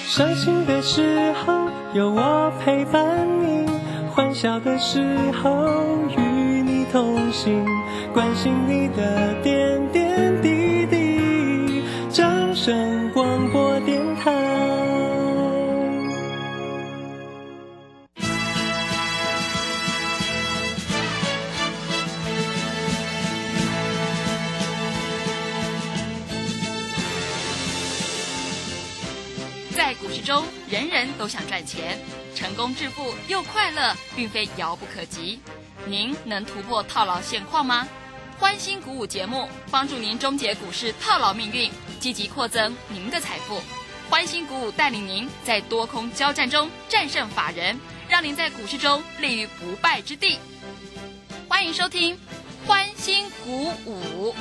伤心的时候有我陪伴你，欢笑的时候与你同行，关心你的点点滴滴。掌声广播电台。 在股市中，人人都想赚钱，成功致富又快乐，并非遥不可及。您能突破套牢现况吗？欢欣鼓舞节目帮助您终结股市套牢命运，积极扩增您的财富。欢欣鼓舞带领您在多空交战中战胜法人，让您在股市中立于不败之地。欢迎收听欢欣鼓舞。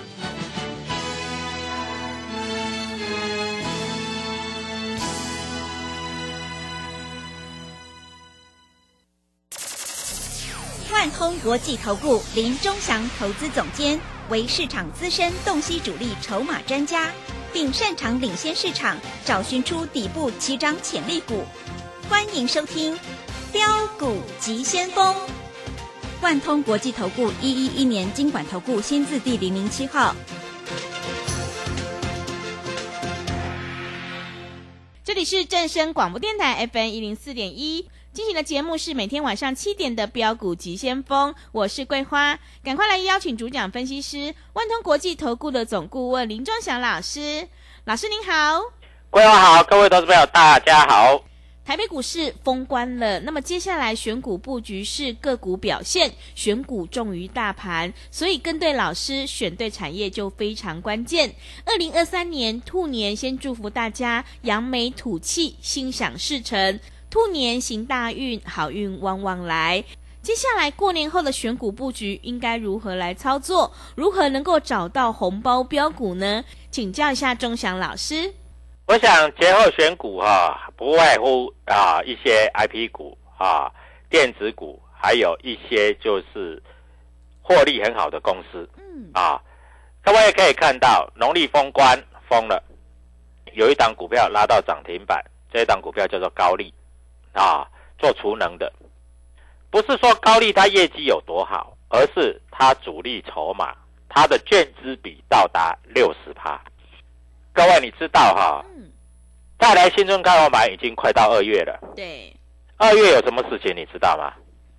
万通国际投顾林钟祥投资总监为市场资深洞悉主力筹码专家，并擅长领先市场，找寻出底部起涨潜力股。欢迎收听标股急先锋。万通国际投顾111年金管投顾新字第007号。 这里是正声广播电台 FM104.1，进行的节目是每天晚上7点的标股急先锋，我是桂花，赶快来邀请主讲分析师万通国际投顾的总顾问林钟祥老师。老师您好。 桂花好，各位投资朋友大家好。 台北股市封关了，那么接下来选股布局是个股表现，选股重于大盘，所以跟对老师，选对产业就非常关键。2023年兔年，先祝福大家扬眉吐气，心想事成，兔年行大运，好运旺旺来。接下来过年后的选股布局应该如何来操作？如何能够找到红包标股呢？请教一下钟祥老师。 我想节后选股不外乎一些 IP 股电子股，还有一些就是获利很好的公司。各位也可以看到，农历封关封了，有一档股票拉到涨停板，这一档股票叫做高力做储能的。不是说高力它业绩有多好，而是它主力筹码，它的券资比到达 60%。各位你知道再来新春开红盘已经快到2月了。 对 ，2月有什么事情你知道吗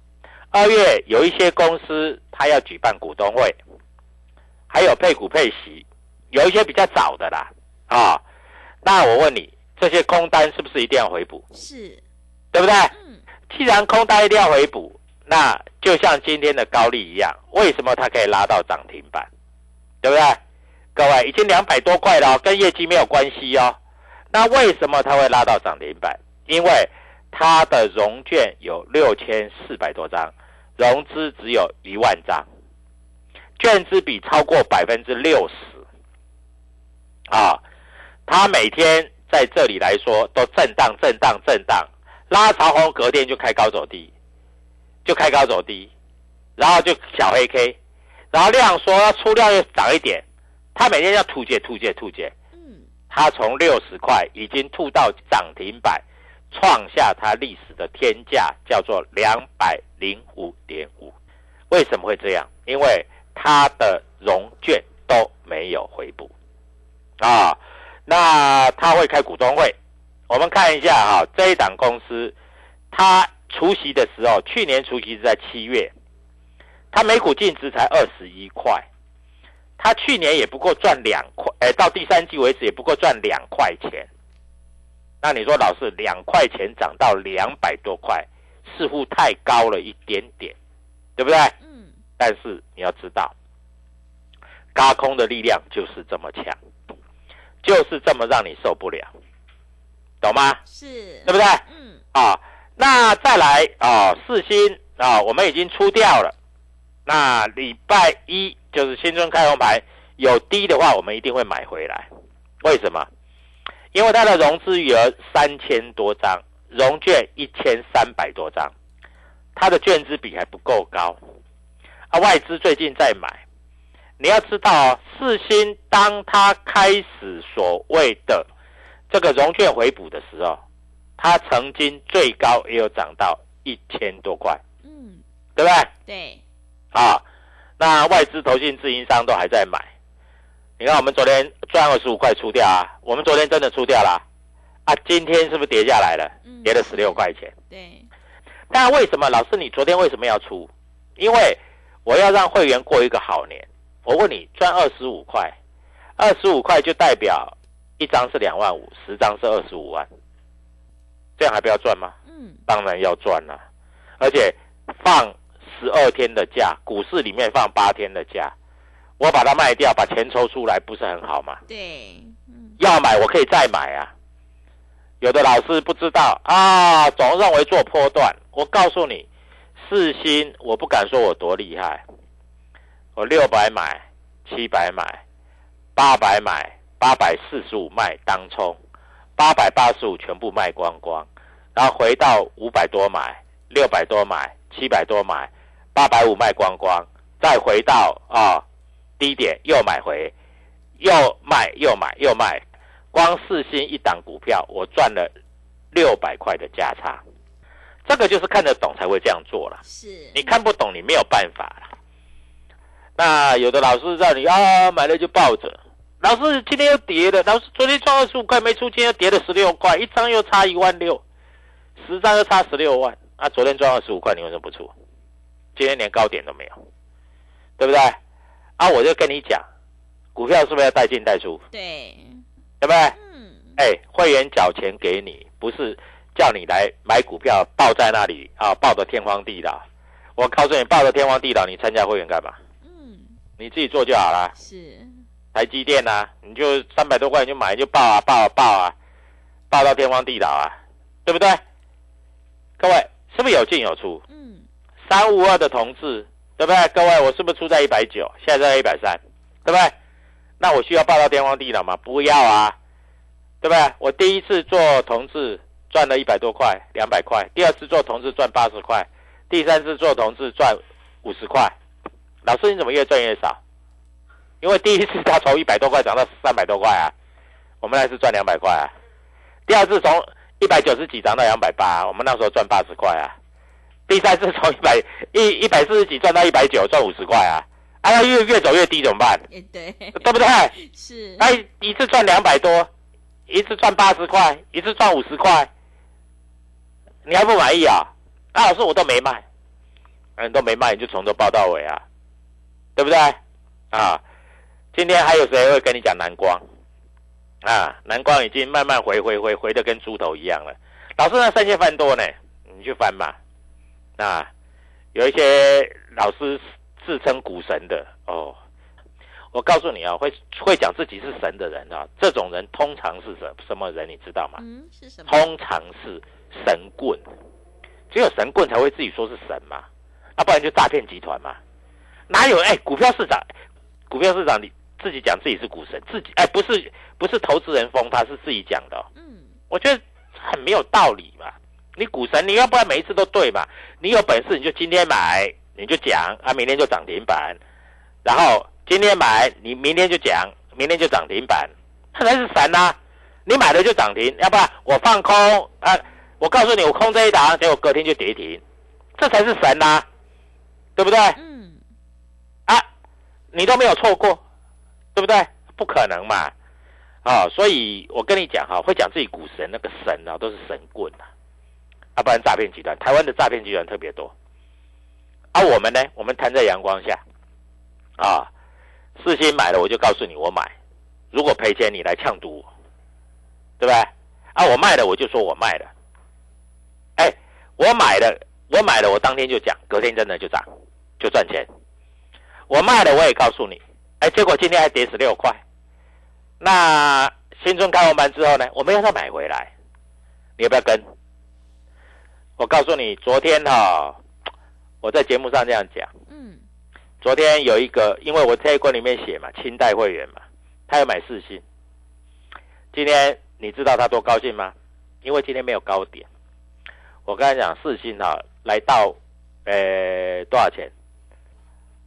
？2月有一些公司它要举办股东会，还有配股配息，有一些比较早的啦那我问你，这些空单是不是一定要回补？ 是， 对不对？既然空单一定要回补，那就像今天的高力一样，为什么它可以拉到涨停板？对不对？各位已经200多块了跟业绩没有关系那为什么它会拉到涨停板？因为它的融券有6400多张，融资只有1万张，券资比超过 60%它每天在这里来说都震荡，拉长红隔天就开高走低，然后就小黑 K， 然后量缩出量又涨一点，它每天要吐解，它从60块已经吐到涨停板，创下它历史的天价，叫做205.5。为什么会这样？因为它的融券都没有回补那它会开股东会，我们看一下这一档公司，它除息的时候，去年除息是在7月，它每股净值才21块，它去年也不过赚2块，到第三季为止也不过赚2块钱。那你说老师2块钱涨到200多块，似乎太高了一点点，对不对？但是你要知道，軋空的力量就是这么强，就是这么让你受不了，懂吗？ 是， 对不对？那再来世芯我们已经出掉了。那礼拜一就是新春开红盘，有低的话我们一定会买回来。为什么？因为它的融资余额3000多张，融券1300多张，它的券资比还不够高外资最近在买。你要知道世芯当它开始所谓的这个融券回补的时候，它曾经最高也有涨到1000多块，对不对？ 对， 那外资投信自营商都还在买。你看我们昨天赚25块出掉啊，我们昨天真的出掉了今天是不是跌下来了？跌了16块钱。 对。 那为什么老师你昨天为什么要出？因为我要让会员过一个好年。我问你，赚25块，25块就代表一张是2万5，10张是25万，这样还不要赚吗？当然要赚了，而且放12天的假，股市里面放8天的假，我把它卖掉，把钱抽出来，不是很好吗？ 对， 要买我可以再买啊。有的老师不知道总认为做波段。我告诉你，世芯我不敢说我多厉害，我600买，700买，800买，845卖当冲，885全部卖光光，然后回到500多买，600多买，700多买，850卖光光，再回到低点又买回，又卖又买又卖，光世芯一档股票我赚了600块的价差。这个就是看得懂才会这样做了， 是你看不懂你没有办法了。那有的老师让你买了就抱着，老师今天又跌了，老师昨天赚25块没出，今天又跌了16块，一张又差16000，10张又差16万昨天赚25块你为什么不出？今天连高点都没有，对不对？我就跟你讲，股票是不是要带进带出？ 对， 对不对？会员缴钱给你，不是叫你来买股票抱在那里抱得天荒地老。我告诉你，抱得天荒地老，你参加会员干嘛？你自己做就好了。 是台积电你就300多块你就买，就抱抱到天荒地老对不对？各位是不是有进有出？352的同志，对不对？各位我是不是出在190，现在在130，对不对？那我需要抱到天荒地老吗？不要对不对？我第一次做同志赚了100多块，200块，第二次做同志赚80块，第三次做同志赚50块。老师你怎么越赚越少？因为第一次他从100多块涨到300多块我们那次赚200块第二次从190几涨到280我们那时候赚80块第三次从140几赚到190赚50块越走越低怎么办？ 对， 对不对？ 是一次赚200多，一次赚80块，一次赚50块，你还不满意老师我都没卖，你都没卖你就从头报到尾对不对？今天还有谁会跟你讲南光？南光已经慢慢回的跟猪头一样了。老师那3000翻多呢，你去翻嘛。有一些老师自称股神的我告诉你会讲自己是神的人这种人通常是什么人你知道吗？ 是什么？ 通常是神棍，只有神棍才会自己说是神嘛，不然就诈骗集团嘛。哪有股票市场你自己讲自己是股神，自己不是投资人封他，是自己讲的我觉得很没有道理嘛。你股神你要不然每一次都对嘛，你有本事你就今天买你就讲明天就涨停板，然后今天买你明天就讲明天就涨停板，他才是神你买了就涨停，要不然我放空我告诉你我空这一档，结果隔天就跌停，这才是神对不对？你都没有错过，对不对？不可能嘛所以我跟你讲会讲自己股神那个神都是神棍不然诈骗集团，台湾的诈骗集团特别多我们呢，我们摊在阳光下世芯买了我就告诉你我买，如果赔钱你来呛赌我，对不对？我卖了我就说我卖了，我买了我当天就讲，隔天真的就涨就赚钱。我卖了我也告诉你结果今天还跌16块。那新春开红盘之后呢，我们要再买回来，你要不要跟？我告诉你昨天我在节目上这样讲昨天有一个，因为我这一关里面写嘛，清代会员嘛，他要买世芯。今天你知道他多高兴吗？因为今天没有高点。我跟他讲世芯来到多少钱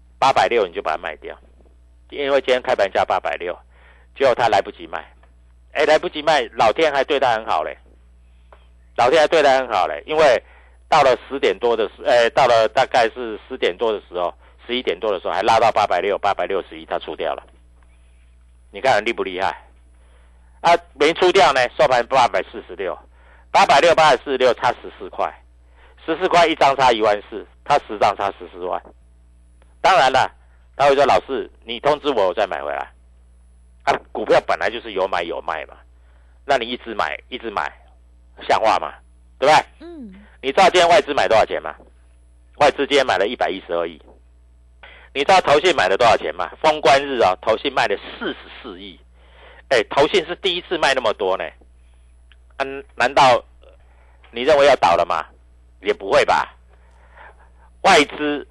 ？860你就把它卖掉，因为今天开盘价860，结果他来不及卖来不及卖，老天还对他很好嘞，老天还对他很好嘞，因为到了10点多的到了大概是10点多的时候，11点多的时候还拉到860、861，他出掉了。你看厉不厉害？啊，没出掉呢，收盘846，860、846差14块，14块一张差14000，他10张差14万。当然了，他会说老师，你通知我再买回来。啊，股票本来就是有买有卖嘛，那你一直买，像话吗？对不对？你知道今天外资买多少钱吗？外资今天买了112亿。你知道投信买了多少钱吗？封关日啊，投信卖了44亿。投信是第一次卖那么多呢。难道你认为要倒了吗？也不会吧。外资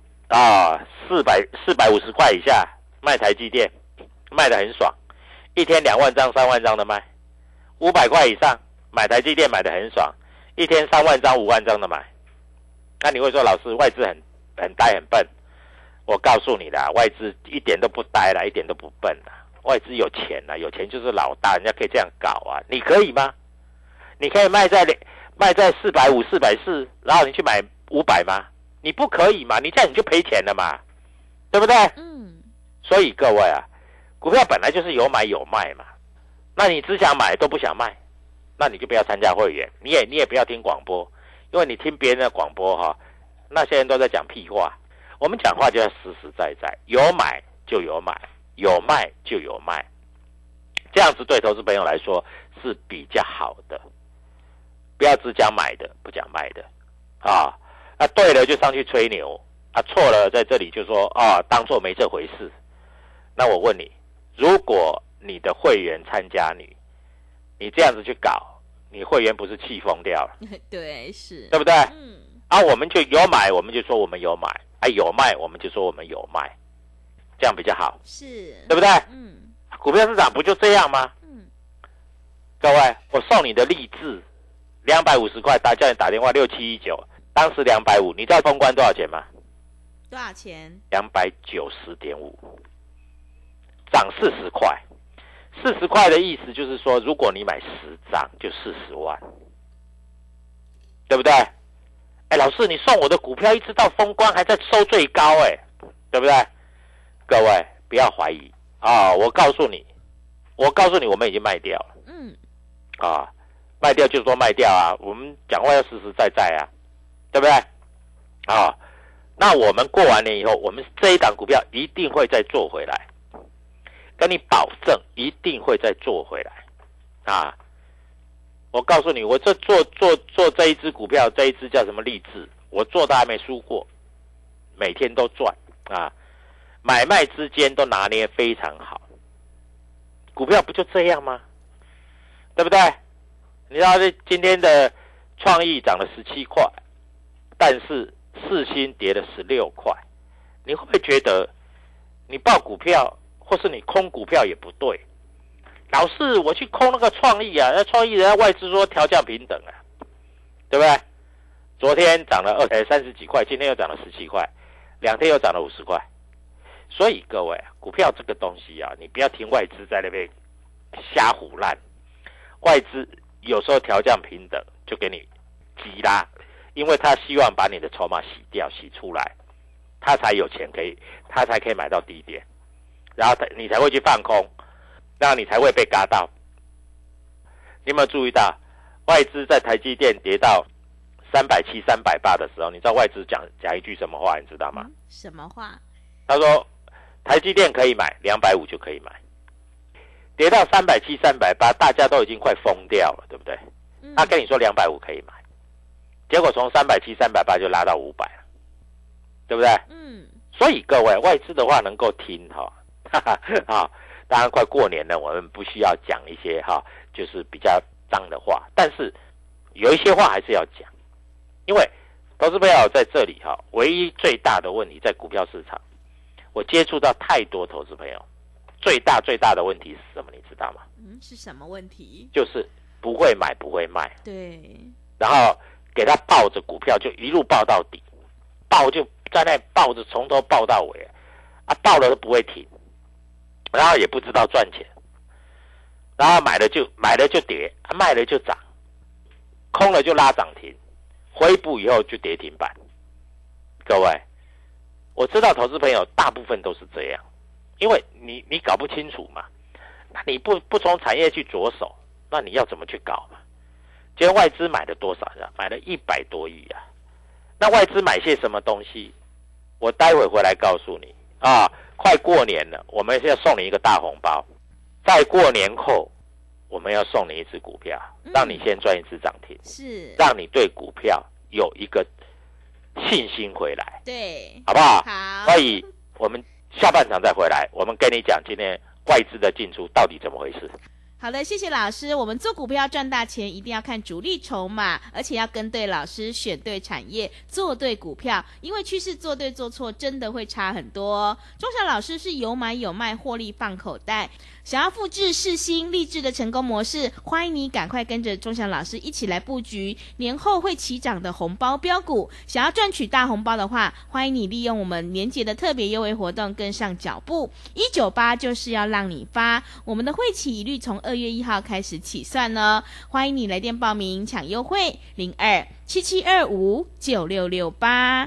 450块以下卖台积电，卖得很爽。一天2万张、3万张的卖，500块以上买台积电买得很爽，一天3万张、5万张的买。那你会说老师外资很呆很笨？我告诉你啦，外资一点都不呆啦，一点都不笨啦。外资有钱啦，有钱就是老大，人家可以这样搞啊，你可以吗？你可以卖在450、440，然后你去买500吗？你不可以嘛？你这样你就赔钱了嘛，对不对？所以各位啊，股票本来就是有买有卖嘛，那你只想买都不想卖，那你就不要参加会员，你也不要听广播，因为你听别人的广播哈，那些人都在讲屁话。我们讲话就要实实在在，有买就有买，有卖就有卖，这样子对投资朋友来说是比较好的。不要只讲买的不讲卖的啊，对了就上去吹牛啊，错了在这里就说当作没这回事。那我问你，如果你的会员参加你这样子去搞，你会员不是气疯掉了？ 对，是， 对不对？我们就有买，我们就说我们有买，有卖，我们就说我们有卖，这样比较好， 是， 对不对？股票市场不就这样吗？各位，我送你的励志250块，叫你打电话6719，当时250，你知道封关多少钱吗？ 多少钱 ？290.5，涨40块。40块的意思就是说，如果你买10张，就40万，对不对？老师，你送我的股票一直到封关还在收最高，对不对？各位不要怀疑我告诉你，我们已经卖掉了。卖掉就说卖掉啊，我们讲话要实实在在啊，对不对？那我们过完年以后，我们这一档股票一定会再做回来，跟你保证一定会再做回来我告诉你，我这做这一只股票，这一只叫什么励志，我做的还没输过，每天都赚买卖之间都拿捏非常好。股票不就这样吗？对不对？你知道今天的创意涨了17块，但是世芯跌了16块，你会不会觉得你抱股票或是你空股票也不对？老是我去空那个创意那创意人家外资说调降平等对不对？昨天涨了30几块，今天又涨了17块，2天又涨了50块。所以各位，股票这个东西你不要听外资在那边瞎唬烂。外资有时候调降平等就给你急拉，因为他希望把你的筹码洗掉洗出来，他才有钱他才可以买到低点，然后你才会去放空，那你才会被嘎到。你有没有注意到外资在台积电跌到370、380的时候，你知道外资讲一句什么话你知道吗？ 什么话？ 他说台积电可以买250就可以买，跌到370、380大家都已经快疯掉了，对不对？他跟你说250可以买，结果从370、380就拉到500了，对不对？所以各位外资的话能够听当然快过年了，我们不需要讲一些就是比较脏的话，但是有一些话还是要讲，因为投资朋友在这里唯一最大的问题在股票市场，我接触到太多投资朋友，最大的问题是什么你知道吗？ 是什么问题？ 就是不会买不会卖， 对， 然后给他抱着股票就一路抱到底，抱就在那抱着从头抱到尾抱了都不会停，然后也不知道赚钱。 然后买了就跌，卖了就涨，空了就拉涨停，回补以后就跌停板。各位，我知道投资朋友大部分都是这样，因为你搞不清楚嘛，那你不从产业去着手，那你要怎么去搞嘛？今天外资买了多少呀？买了100多亿啊！那外资买些什么东西？我待会回来告诉你啊！快过年了，我们要送你一个大红包。在过年后，我们要送你一只股票，让你先赚一只涨停， 是让你对股票有一个信心回来， 对， 好不好？ 好。 所以我们下半场再回来，我们跟你讲今天外资的进出到底怎么回事。 好的，谢谢老师。我们做股票赚大钱，一定要看主力筹码，而且要跟对老师，选对产业，做对股票。因为趋势做对做错，真的会差很多。钟祥老师是有买有卖，获利放口袋。想要复制世新、励志的成功模式，欢迎你赶快跟着钟祥老师一起来布局年后会起涨的红包标股。想要赚取大红包的话，欢迎你利用我们年节的特别优惠活动跟上脚步。198就是要让你发，我们的会期一律从2月1号开始起算呢。欢迎你来电报名抢优惠，02-7725-9668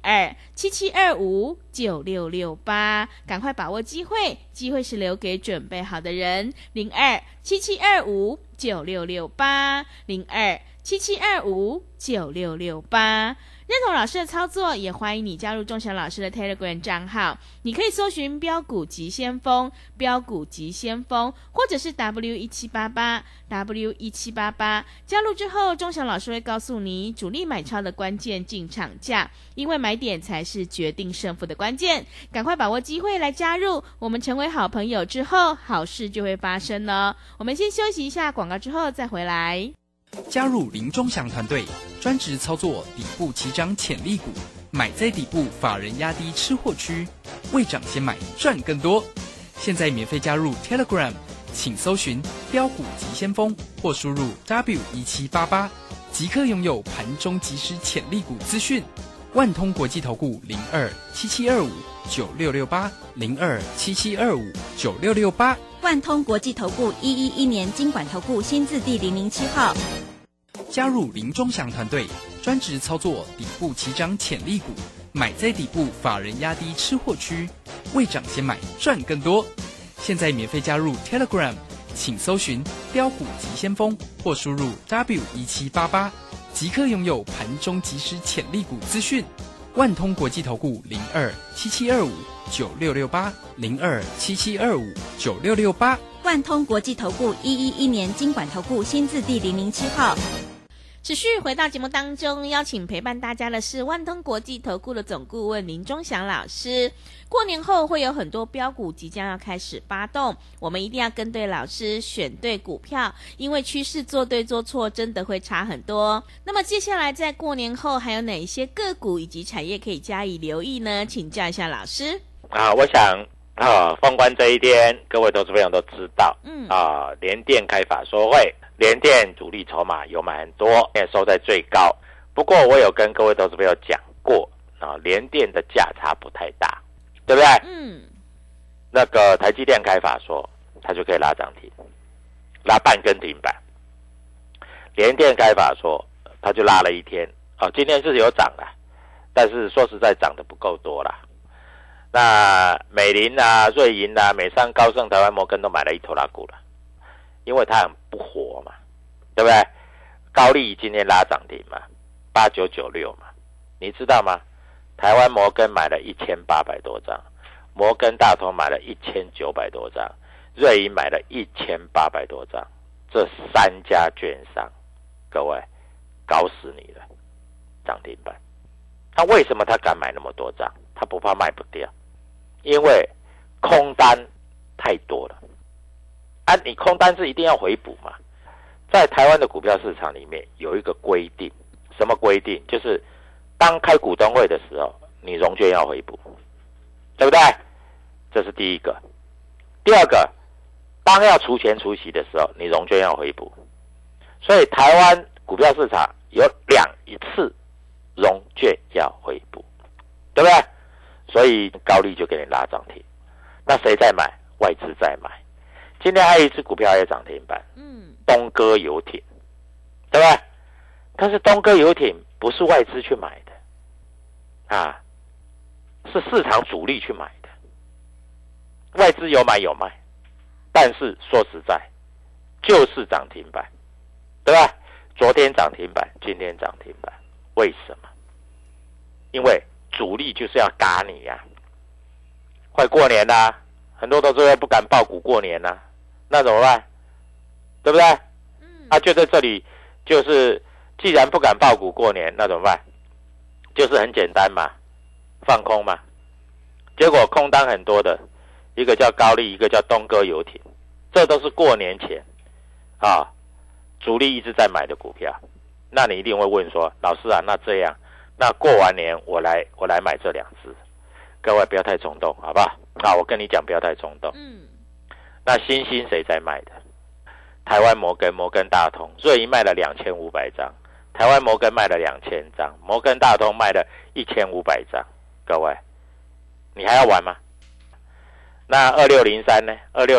02-7725-9668，赶快把握机会，机会是留给准备好的人。02-7725-9668 02-7725-9668。认同老师的操作，也欢迎你加入钟祥老师的 Telegram 账号，你可以搜寻标股急先锋，标股急先锋，或者是 W1788 W1788。加入之后，钟祥老师会告诉你主力买超的关键进场价，因为买点才是决定胜负的关键。赶快把握机会来加入，我们成为好朋友之后，好事就会发生呢。我们先休息一下广告，之后再回来。 加入林钟祥团队，专职操作底部起涨潜力股，买在底部，法人压低吃货区，未涨先买赚更多。现在免费加入 Telegram， 请搜寻标股急先锋或输入 W1788， 即刻拥有盘中即时潜力股资讯。万通国际投顾02-7725-9668 02-7725-9668。 万通国际投顾111年金管投顾新字第007号。 加入林钟祥团队，专职操作底部起涨潜力股，买在底部，法人压低吃货区，未涨先买赚更多。现在免费加入 Telegram， 请搜寻标股急先锋或输入 W1788， 即刻拥有盘中即时潜力股资讯。万通国际投顾02-7725-9668 02-7725-9668。 万通国际投顾111年金管投顾新字第007号。 持续回到节目当中，邀请陪伴大家的是万通国际投顾的总顾问林钟祥老师。过年后会有很多标股即将要开始发动，我们一定要跟对老师，选对股票，因为趋势做对做错真的会差很多。那么接下来在过年后还有哪一些个股以及产业可以加以留意呢？请教一下老师。 我想封关这一天，各位投资朋友都知道，联电开法说会，联电主力筹码有买很多，也收在最高。不过我有跟各位投资朋友讲过，联电的价差不太大，对不对？那个台积电开法说，它就可以拉涨停，拉半根停板。联电开法说，它就拉了一天，今天是有涨了，但是说实在涨得不够多啦。那美林啊、瑞银啊、美商、高盛、台湾摩根都买了一头拉股了，因为它很不活嘛，对不对？高力今天拉涨停嘛，8996嘛，你知道吗？台湾摩根买了1800多张，摩根大通买了1900多张，瑞银买了1800多张，这3家券商，各位搞死你了，涨停板。那为什么他敢买那么多张？他不怕卖不掉，因为空单太多了。你空单是一定要回补嘛？在台湾的股票市场里面有一个规定，什么规定？就是当开股东会的时候，你融券要回补，对不对？这是第一个。第二个，当要除权除息的时候，你融券要回补。所以台湾股票市场有2次融券要回补，对不对？所以高利就给你拉涨停。那谁在买？外资在买。 今天还有一只股票也涨停板，东哥游艇，对吧？但是东哥游艇不是外资去买的啊，是市场主力去买的，外资有买有卖，但是说实在就是涨停板，对吧？昨天涨停板，今天涨停板，为什么？因为主力就是要嘎你呀，快过年啦，很多投资人不敢抱股过年啦，那怎么办？对不对？就在这里，就是既然不敢抱股过年，那怎么办？就是很简单嘛，放空嘛。结果空单很多的，一个叫高力，一个叫东哥游艇，这都是过年前主力一直在买的股票。那你一定会问说，老师啊，那这样，那过完年我来买这2只，各位不要太冲动，好不好？我跟你讲，不要太冲动。那新兴谁在卖的？台湾摩根大通，瑞银卖了2500张，台湾摩根卖了2000张，摩根大通卖了1500张。各位，你还要玩吗？那2603呢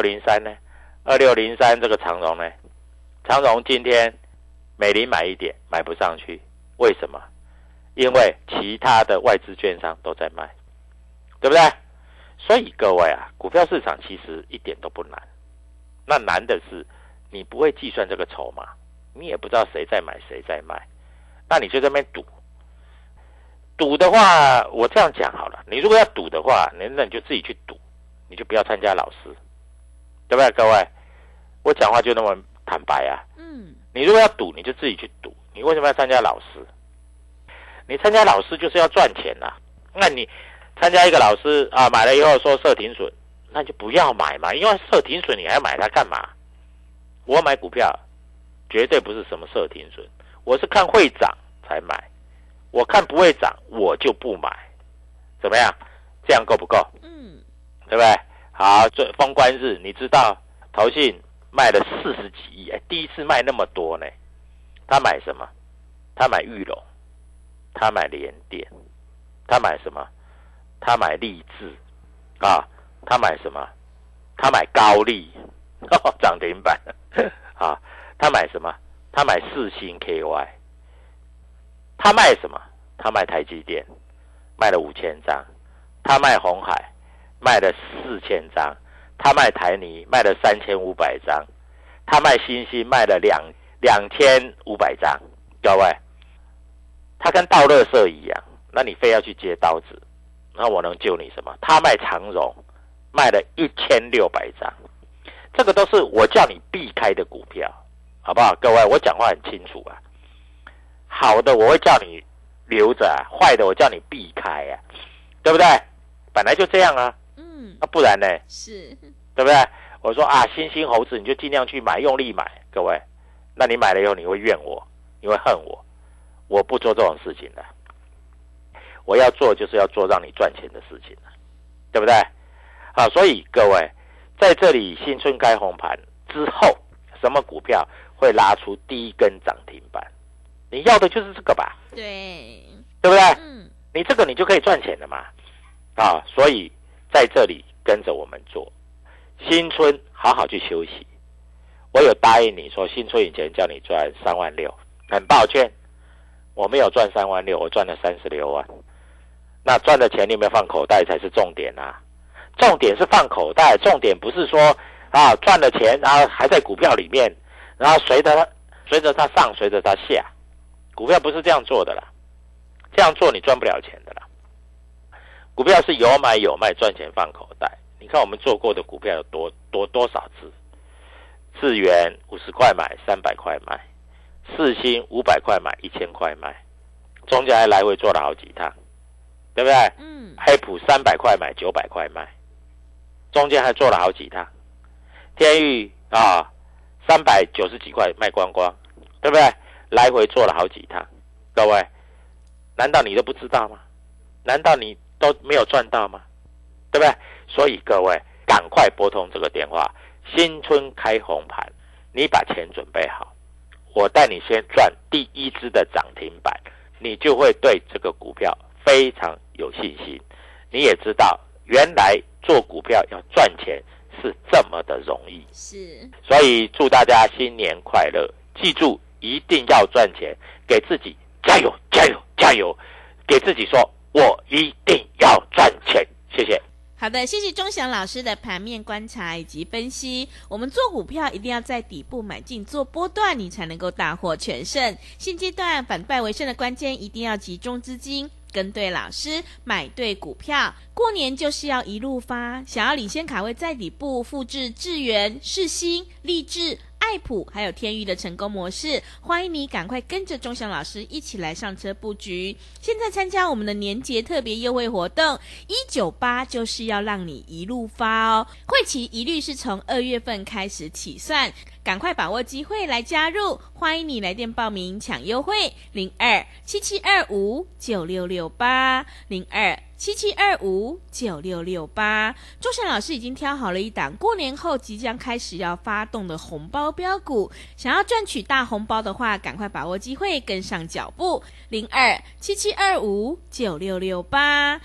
？2603这个长荣呢？长荣今天美林买一点，买不上去，为什么？因为其他的外资券商都在卖，对不对？所以各位啊，股票市场其实一点都不难，那难的是你不会计算这个筹码，你也不知道谁在买谁在卖，那你就在那边赌。赌的话，我这样讲好了，你如果要赌的话，那你就自己去赌，你就不要参加老师，对不对？各位，我讲话就那么坦白啊。你如果要赌，你就自己去赌，你为什么要参加老师？你参加老师就是要赚钱啊。那你参加一个老师买了以后说设停损，那你就不要买嘛，因为设停损你还买它干嘛？我买股票绝对不是什么设停损，我是看会涨才买，我看不会涨我就不买，怎么样？这样够不够？对不对？好，这封关日你知道投信卖了40几亿，第一次卖那么多呢。他买什么？他买裕隆，他买联电，他买什么？他买励志他买什么？他买高力涨停板他买什么？他买世芯 KY。他卖什么？他卖台积电，卖了5000张。他卖鸿海，卖了4000张。他卖台泥，卖了3500张。他卖新兴，卖了2500张。各位，他跟倒垃圾一样，那你非要去接刀子，那我能救你什么？他卖长荣，卖了1600张。这个都是我叫你避开的股票，好不好？各位，我讲话很清楚啊。好的我会叫你留着坏的我叫你避开对不对？本来就这样啊。不然呢？ 是， 对不对？我说新兴猴子你就尽量去买，用力买。各位，那你买了以后你会怨我，你会恨我，我不做这种事情的。我要做就是要做让你赚钱的事情，对不对？所以各位在这里新春开红盘之后，什么股票会拉出第一根涨停板？你要的就是这个吧？ 对不对？你这个你就可以赚钱了嘛。所以在这里跟着我们做，新春好好去休息。我有答应你说新春以前叫你赚36000，很抱歉我没有赚36000，我赚了36万。那赚的钱你有没有放口袋才是重点啊？重点是放口袋，重点不是说赚了钱然后还在股票里面，然后随着它上随着它下，股票不是这样做的啦，这样做你赚不了钱的啦。股票是有买有卖，赚钱放口袋。你看我们做过的股票有多少只？智原50块买300块卖，世芯500块买1000块卖，中间还来回做了好几趟，对不对？黑普300块买900块卖，中间还做了好几趟。天宇390几块卖光光，对不对？来回做了好几趟。各位，难道你都不知道吗？难道你都没有赚到吗？对不对？所以各位赶快拨通这个电话，新春开红盘，你把钱准备好，我带你先赚第一支的涨停板，你就会对这个股票非常有信心。你也知道原来做股票要赚钱是这么的容易。 是， 所以祝大家新年快乐，记住一定要赚钱，给自己加油加油加油，给自己说我一定要赚钱。谢谢。 好的，谢谢钟祥老师的盘面观察以及分析。我们做股票一定要在底部买进做波段，你才能够大获全胜。现阶段反败为胜的关键，一定要集中资金，跟对老师，买对股票。过年就是要一路发，想要领先卡位在底部，复制智原、世新、立志、爱普还有天域的成功模式，欢迎你赶快跟着钟祥老师一起来上车布局。现在参加我们的年节特别优惠活动，198就是要让你一路发哦，会期一律是从2月份开始起算，赶快把握机会来加入，欢迎你来电报名抢优惠，02-7725-9668 02-7725-9668。钟祥老师已经挑好了一档过年后即将开始要发动的红包标股，想要赚取大红包的话，赶快把握机会，跟上脚步。02-7725-9668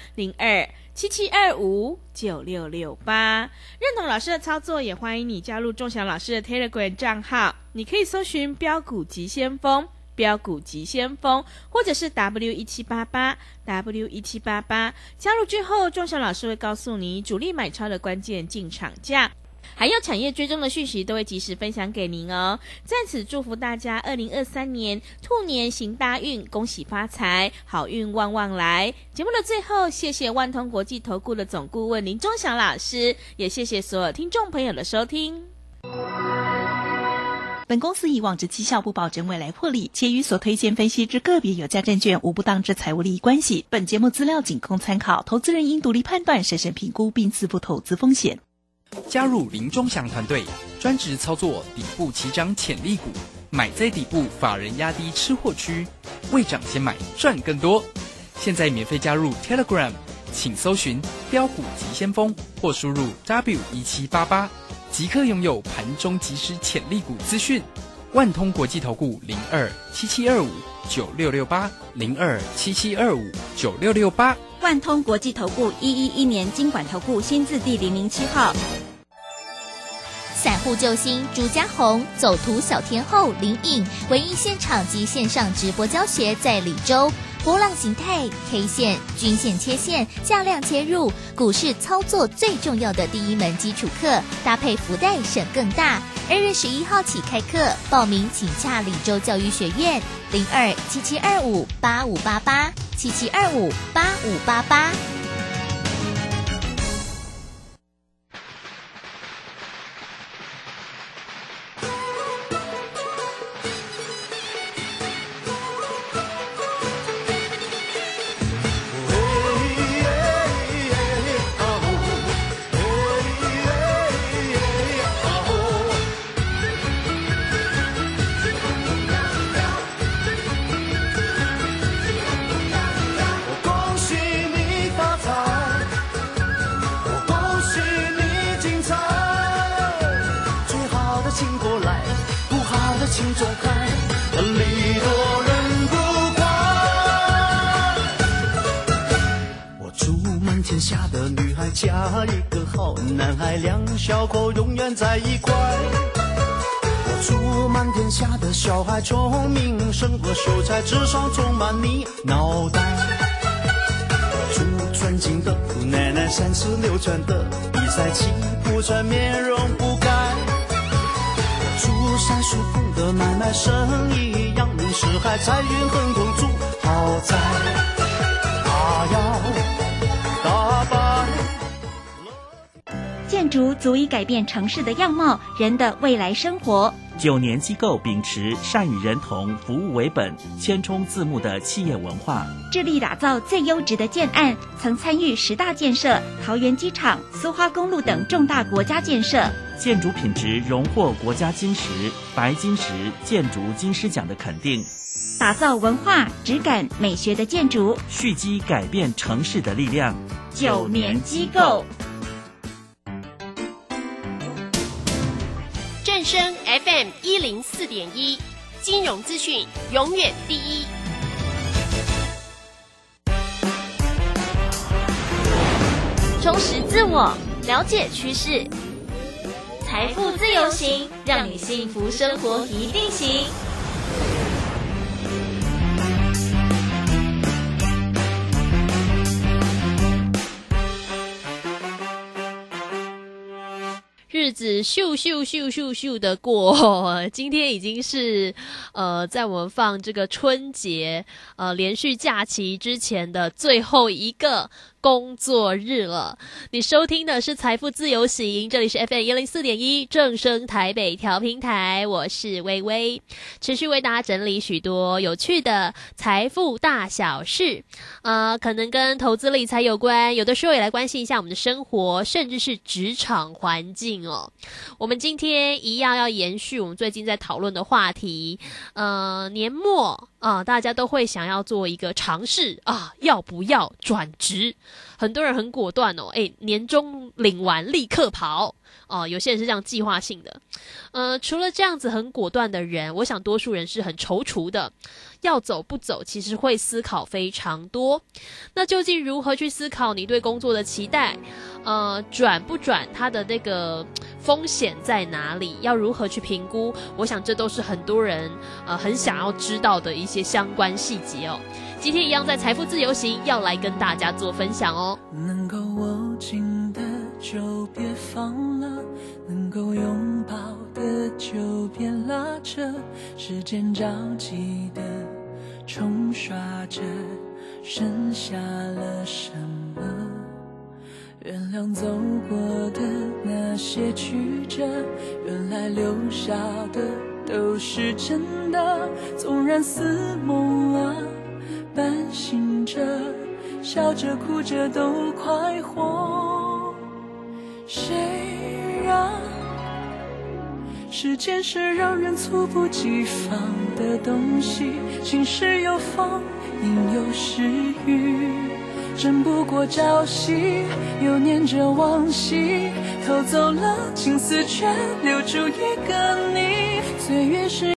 02-7725-9668。认同老师的操作，也欢迎你加入钟祥老师的 Telegram 账号，你可以搜寻标股急先锋，标股急先锋，或者是 W1788 W1788。 加入之后，钟祥老师会告诉你主力买超的关键进场价，还有产业追踪的讯息都会及时分享给您哦。在此祝福大家2023年兔年行大运，恭喜发财，好运旺旺来。节目的最后，谢谢万通国际投顾的总顾问林钟祥老师，也谢谢所有听众朋友的收听。 本公司以往之绩效不保证未来获利，且与所推荐分析之个别有价证券无不当之财务利益关系。本节目资料仅供参考，投资人应独立判断、审慎评估并自负投资风险。 加入林钟祥团队，专职操作底部起涨潜力股，买在底部，法人压低吃货区，未涨先买赚更多。现在免费加入 Telegram， 请搜寻标股急先锋或输入 W1788，即刻拥有盘中即时潜力股资讯。万通国际投顾02-7725-9668 02-7725-9668。 万通国际投顾111年金管投顾新字第007号。 散户救星朱家红，走图小天后林颖，唯一现场及线上直播教学在李州。波浪形态、K 线、均线切线、价量切入，股市操作最重要的第一门基础课，搭配福袋省更大。2月11号起开课，报名请洽李州教育学院02-7725-8588 7725-8588。 请走开，礼多人不怪。我祝满天下的女孩嫁一个好男孩，两小口永远在一块。我祝满天下的小孩聪明胜过秀才，智商充满你脑袋。我祝尊敬的姑奶奶36转的比赛气不喘，面容不改。祝山树碰的买卖生意扬名四海，财运亨通祝好在大摇大摆。 建筑足以改变城市的样貌，人的未来生活。 9年机构秉持善与人同、服务为本、千冲自牧的企业文化， 致力打造最优质的建案，曾参与10大建设、桃园机场、苏花公路等重大国家建设。 建筑品质荣获国家金石、白金石建筑金狮奖的肯定， 打造文化、质感、美学的建筑， 蓄积改变城市的力量。 9年机构。 正声 FM 104.1，金融资讯永远第一。 充实自我，了解趋势， 财富自由行，让你幸福生活一定行。 日子咻咻咻咻咻的过，今天已经是在我们放这个春节连续假期之前的最后一个工作日了。你收听的是财富自由行，这里是 FM104.1 正声台北调频台，我是薇薇，持续为大家整理许多有趣的财富大小事，可能跟投资理财有关，有的时候也来关心一下我们的生活，甚至是职场环境哦。我们今天一样要延续我们最近在讨论的话题，年末大家都会想要做一个尝试要不要转职？很多人很果断哦，年终领完立刻跑有些人是这样计划性的。除了这样子很果断的人，我想多数人是很踌躇的，要走不走，其实会思考非常多。那究竟如何去思考你对工作的期待？转不转，它的那个风险在哪里？要如何去评估？我想这都是很多人很想要知道的一些相关细节哦。今天一样在财富自由行要来跟大家做分享哦。 能够握紧的就别放了，能够拥抱的就别拉扯，时间着急的冲刷着，剩下了什么？原谅走过的那些曲折，原来留下的都是真的，纵然似梦半醒着，笑着哭着都快活。谁让时间是让人猝不及防的东西，晴时有风，阴有时雨，争不过朝夕，又念着往昔，偷走了青丝，却留住一个你。岁月是